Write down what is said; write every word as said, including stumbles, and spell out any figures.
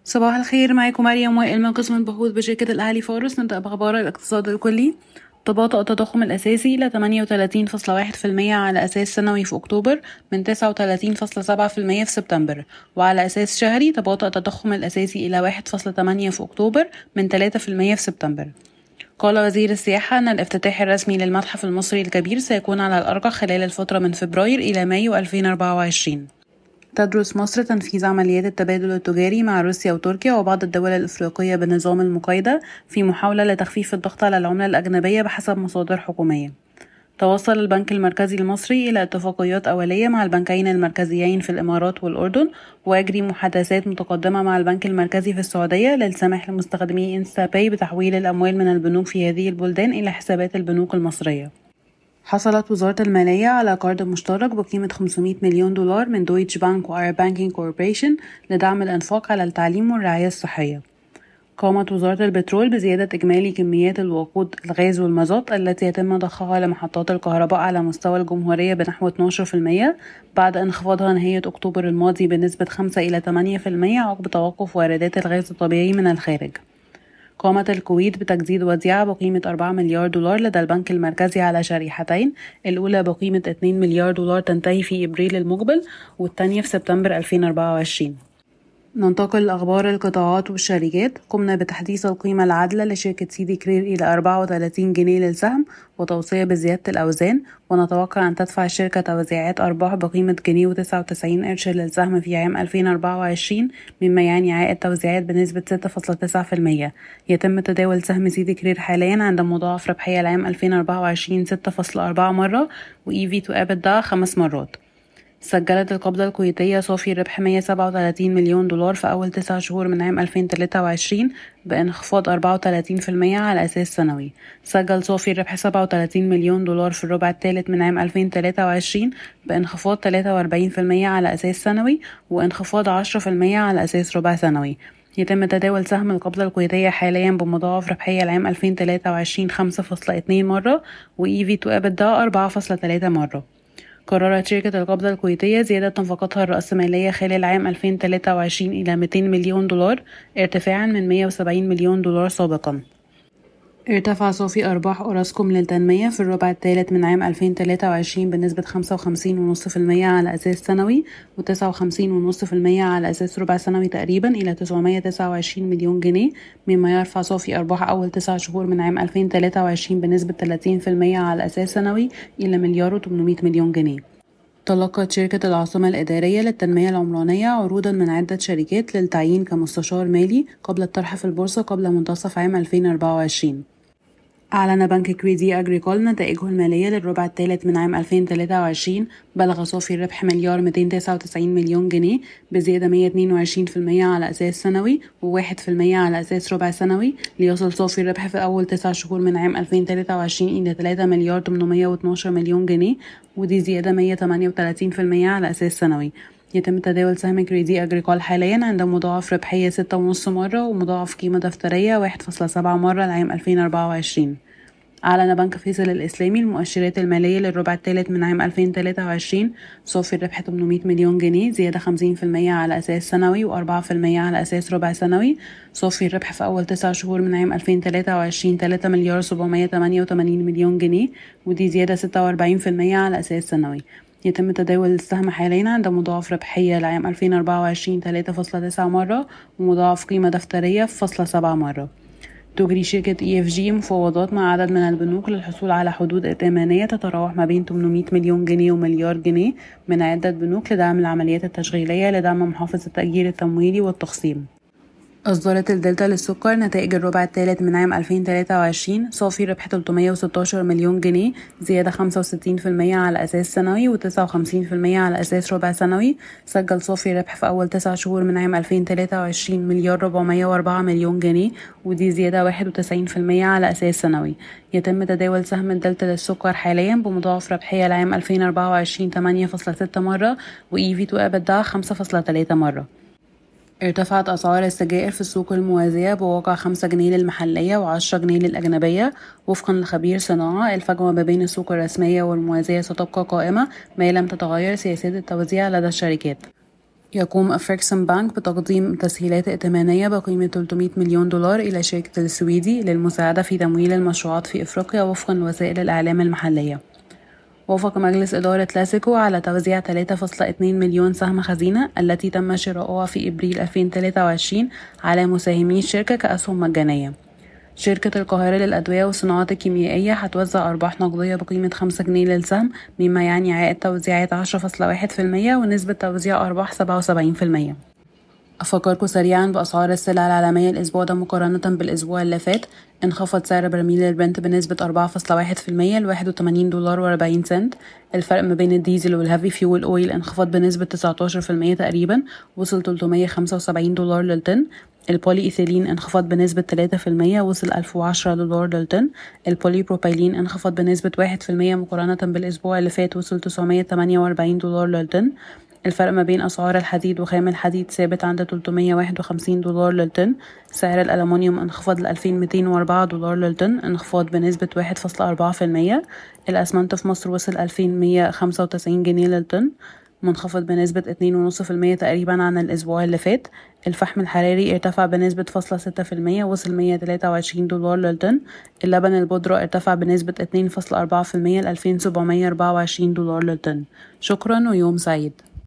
صباح الخير، معاكم مريم وائل من قسم البحوث بشركة الأهلي فارس. نبدأ بأخبار الاقتصاد الكلي. تباطؤ التضخم الأساسي إلى ثمانية وثلاثين فاصلة واحد بالمية على أساس سنوي في أكتوبر من تسعة وثلاثين فاصلة سبعة بالمية في سبتمبر، وعلى أساس شهري تباطؤ التضخم الأساسي إلى واحد فاصلة ثمانية في أكتوبر من ثلاثة بالمية في سبتمبر. قال وزير السياحة أن الافتتاح الرسمي للمتحف المصري الكبير سيكون على الأرجح خلال الفترة من فبراير إلى مايو ألفين وأربعة وعشرين. تدرس مصر تنفيذ عمليات التبادل التجاري مع روسيا وتركيا وبعض الدول الإفريقية بنظام المقايضة في محاولة لتخفيف الضغط على العملة الأجنبية بحسب مصادر حكومية. توصل البنك المركزي المصري إلى اتفاقيات أولية مع البنكين المركزيين في الإمارات والأردن، ويجري محادثات متقدمة مع البنك المركزي في السعودية للسماح لمستخدمي إنستا باي بتحويل الأموال من البنوك في هذه البلدان إلى حسابات البنوك المصرية. حصلت وزارة المالية على قرض مشترك بقيمة خمسمائة مليون دولار من دويتش بانك وآير بانكينج كوربوريشن لدعم الإنفاق على التعليم والرعاية الصحية. قامت وزارة البترول بزيادة إجمالي كميات الوقود الغاز والمازوت التي يتم ضخها لمحطات الكهرباء على مستوى الجمهورية بنحو اثناشر بالمية بعد انخفاضها نهاية أكتوبر الماضي بنسبة خمسة إلى ثمانية بالمية عقب توقف واردات الغاز الطبيعي من الخارج. قامت الكويت بتجديد وديعة بقيمة أربعة مليار دولار لدى البنك المركزي على شريحتين، الأولى بقيمة اثنين مليار دولار تنتهي في إبريل المقبل، والثانية في سبتمبر ألفين وأربعة وعشرين. ننتقل لأخبار القطاعات والشركات. قمنا بتحديث القيمة العادلة لشركة سيدي كرير إلى أربعة وثلاثين جنيه للسهم وتوصية بزيادة الأوزان، ونتوقع أن تدفع الشركة توزيعات أرباح بقيمة جنيه وتسعة وتسعين قرش للسهم في عام ألفين وأربعة وعشرين، مما يعني عائد توزيعات بنسبة ستة فاصلة تسعة بالمية. يتم تداول سهم سيدي كرير حاليا عند مضاعف ربحية العام ألفين وأربعة وعشرين ستة فاصلة أربعة مرة و إي في to EBITDA خمس مرات. سجلت القبضة الكويتية صافي ربح مائة وسبعة وثلاثين مليون دولار في أول تسع شهور من عام ألفين وثلاثة وعشرين بانخفاض أربعة وثلاثين بالمية على أساس سنوي. سجل صافي ربح سبعة وثلاثين مليون دولار في الربع الثالث من عام ألفين وثلاثة وعشرين بانخفاض ثلاثة وأربعين بالمية على أساس سنوي وانخفاض عشرة بالمية على أساس ربع سنوي. يتم تداول سهم القبضة الكويتية حاليا بمضاعف ربحية العام ألفين وثلاثة وعشرين خمسة فاصلة اثنين مرة و إي في to EBITDA أربعة فاصلة ثلاثة مرة. قررت شركة القبضة الكويتية زيادة نفقاتها الرأسمالية خلال عام ألفين وثلاثة وعشرين إلى مئتين مليون دولار ارتفاعا من مائة وسبعين مليون دولار سابقا. ارتفع صافي أرباح أوراسكوم للتنمية في الربع الثالث من عام ألفين وثلاثة وعشرين بنسبة خمسة وخمسين فاصلة خمسة بالمية على أساس سنوي وتسعة وخمسين فاصلة خمسة بالمية على أساس ربع سنوي تقريبا إلى تسعمائة وتسعة وعشرين مليون جنيه، مما يرفع صافي أرباح أول تسع شهور من عام ألفين وثلاثة وعشرين بنسبة ثلاثين بالمية على أساس سنوي إلى مليار وثمانمائة مليون جنيه. تلقت شركة العاصمة الإدارية للتنمية العمرانية عروضا من عدة شركات للتعيين كمستشار مالي قبل الطرح في البورصة قبل منتصف عام ألفين وأربعة وعشرين. أعلن بنك كريدي أجريكول نتائجه المالية للربع الثالث من عام ألفين وثلاثة وعشرين. بلغ صافي الربح مليار مئتين وتسعة وتسعين مليون جنيه بزيادة مائة واثنين وعشرين بالمية على أساس سنوي وواحد بالمية على أساس ربع سنوي، ليصل صافي الربح في أول تسع شهور من عام ألفين وثلاثة وعشرين إلى ثلاثة مليار ثمانمائة واثناشر مليون جنيه، ودي زيادة مائة وثمانية وثلاثين بالمية على أساس سنوي. يتم تداول سهم كريدي أجريكول حاليا عند مضاعف ربحية ستة ونص مرة ومضاعف قيمة دفترية واحد فاصلة سبعة مرة لعام ألفين وأربعة وعشرين. أعلن بنك فيصل الإسلامي المؤشرات المالية للربع الثالث من عام ألفين وثلاثة وعشرين صافي الربح ثمانمائة مليون جنيه زيادة خمسين بالمية على أساس سنوي وأربعة بالمية على أساس ربع سنوي. صافي الربح في أول تسع شهور من عام ألفين وثلاثة وعشرين ثلاثة مليار سبعمائة وثمانية وثمانين مليون جنيه، ودي زيادة ستة وأربعين بالمية على أساس سنوي. يتم تداول السهم حاليا عند مضاعف ربحية لعام ألفين وأربعة وعشرين ثلاثة فاصلة تسعة مرة ومضاعف قيمة دفترية فاصلة سبعة مرة. تجري شركة إي إف جي مفاوضات مع عدد من البنوك للحصول على حدود ائتمانية تتراوح ما بين ثمانمائة مليون جنيه ومليار جنيه من عدة بنوك لدعم العمليات التشغيلية لدعم محافظة التأجير التمويلي والتقسيم. أصدرت الدلتا للسكر نتائج الربع الثالث من عام ألفين وثلاثة وعشرين صافي ربح ثلاثمائة وستة عشر مليون جنيه زيادة خمسة وستين بالمية على أساس سنوي وتسعة وخمسين بالمية على أساس ربع سنوي. سجل صافي ربح في أول تسع شهور من عام ألفين وثلاثة وعشرين مليار أربعمائة وأربعة مليون جنيه، ودي زيادة واحد وتسعين بالمية على أساس سنوي. يتم تداول سهم الدلتا للسكر حاليا بمضاعف ربحية لعام ألفين وأربعة وعشرين ثمانية فاصلة ستة مرة و إي في to EBITDA خمسة فاصلة ثلاثة مرة. ارتفعت أسعار السجائر في السوق الموازية بواقع خمسة جنيه للمحلية وعشرة جنيه للأجنبية. وفقا لخبير صناعة، الفجوة ما بين السوق الرسمية والموازية ستبقى قائمة ما لم تتغير سياسات التوزيع لدى الشركات. يقوم أفريكسون بانك بتقديم تسهيلات ائتمانية بقيمة ثلاثمائة مليون دولار إلى شركة السويدي للمساعدة في تمويل المشروعات في إفريقيا وفقا لوسائل الإعلام المحلية. وافق مجلس إدارة لاسيكو على توزيع ثلاثة فاصلة اثنين مليون سهم خزينة التي تم شراؤها في إبريل ألفين وثلاثة وعشرين على مساهمي الشركة كأسهم مجانية. شركة القاهرة للأدوية والصناعات الكيميائية هتوزع أرباح نقدية بقيمة خمسة جنيه للسهم، مما يعني عائد توزيعات عشرة فاصلة واحد في المية ونسبة توزيع أرباح سبعة وسبعين في المية. أفكركم سريعا بأسعار السلع العالمية الأسبوع ده مقارنة بالأسبوع اللي فات. انخفض سعر برميل البنت بنسبة أربعة فاصلة واحد في المية لواحد وتمانين دولار وأربعين سنت. الفرق ما بين الديزل والهافي فيول أويل انخفض بنسبة تسعتاشر في المية تقريبا، وصل تلتمية وخمسة وسبعين دولار للطن. البولي إيثيلين انخفض بنسبة ثلاثة في المية، وصل ألف وعشرة دولار للطن. البولي بروبايلين انخفض بنسبة واحد في المية مقارنة بالأسبوع اللي فات، وصل تسعمية وتمانية وأربعين دولار للطن. الفرق ما بين أسعار الحديد وخام الحديد ثابت عند تلتمية وواحد وخمسين دولار للطن. سعر الألمنيوم انخفض ل ألفين ومئتين وأربعة دولار للطن، انخفاض بنسبة واحد فاصلة أربعة في المية. الأسمنت في مصر وصل ألفين ومية وخمسة وتسعين جنيه للطن، منخفض بنسبة اتنين فاصلة خمسة في المية تقريبا عن الأسبوع اللي فات. الفحم الحراري ارتفع بنسبة فاصلة ستة في المية، وصل مية وتلاتة وعشرين دولار للطن. اللبن البودرة ارتفع بنسبة اتنين فاصلة أربعة في المية ل ألفين وسبعمية وأربعة وعشرين دولار للطن. شكرا ويوم سعيد.